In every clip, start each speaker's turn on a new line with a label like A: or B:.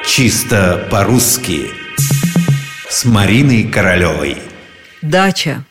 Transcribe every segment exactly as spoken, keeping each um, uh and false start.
A: Чисто по-русски с Мариной Королевой.
B: Дача.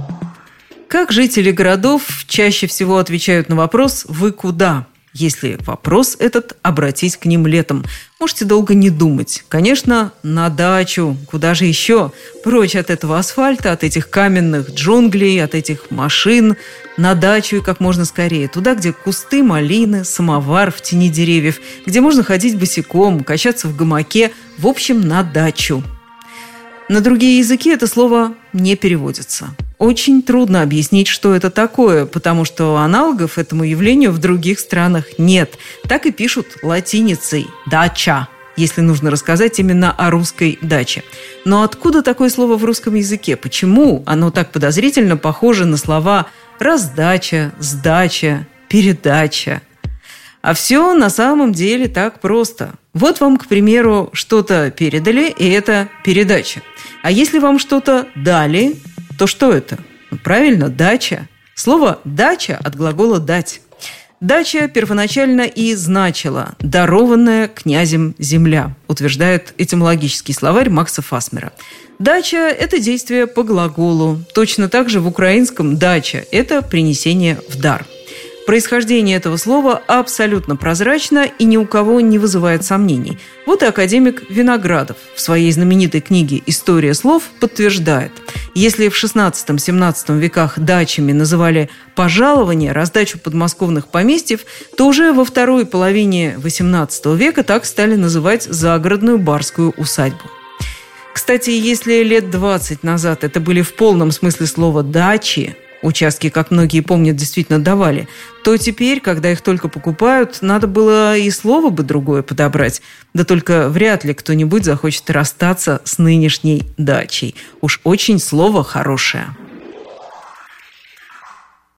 B: Как жители городов чаще всего отвечают на вопрос «Вы куда?», если вопрос этот обратить к ним летом? Можете долго не думать. Конечно, на дачу. Куда же еще? Прочь от этого асфальта, от этих каменных джунглей, от этих машин. На дачу и как можно скорее. Туда, где кусты малины, самовар в тени деревьев, где можно ходить босиком, качаться в гамаке. В общем, на дачу. На другие языки это слово не переводится. Очень трудно объяснить, что это такое, потому что аналогов этому явлению в других странах нет. Так и пишут латиницей «дача», если нужно рассказать именно о русской даче. Но откуда такое слово в русском языке? Почему оно так подозрительно похоже на слова «раздача», «сдача», «передача»? А все на самом деле так просто. Вот вам, к примеру, что-то передали, и это передача. А если вам что-то дали, то что это? Ну, правильно, дача. Слово «дача» от глагола «дать». Дача первоначально и значила «дарованная князем земля», утверждает этимологический словарь Макса Фасмера. Дача – это действие по глаголу. Точно так же в украинском «дача» – это принесение в дар. Происхождение этого слова абсолютно прозрачно и ни у кого не вызывает сомнений. Вот и академик Виноградов в своей знаменитой книге «История слов» подтверждает. Если в шестнадцатом-семнадцатом веках дачами называли пожалование, раздачу подмосковных поместьев, то уже во второй половине восемнадцатого века так стали называть загородную барскую усадьбу. Кстати, если лет двадцать назад это были в полном смысле слова «дачи», участки, как многие помнят, действительно давали, то теперь, когда их только покупают, надо было и слово бы другое подобрать. Да только вряд ли кто-нибудь захочет расстаться с нынешней дачей. Уж очень слово хорошее.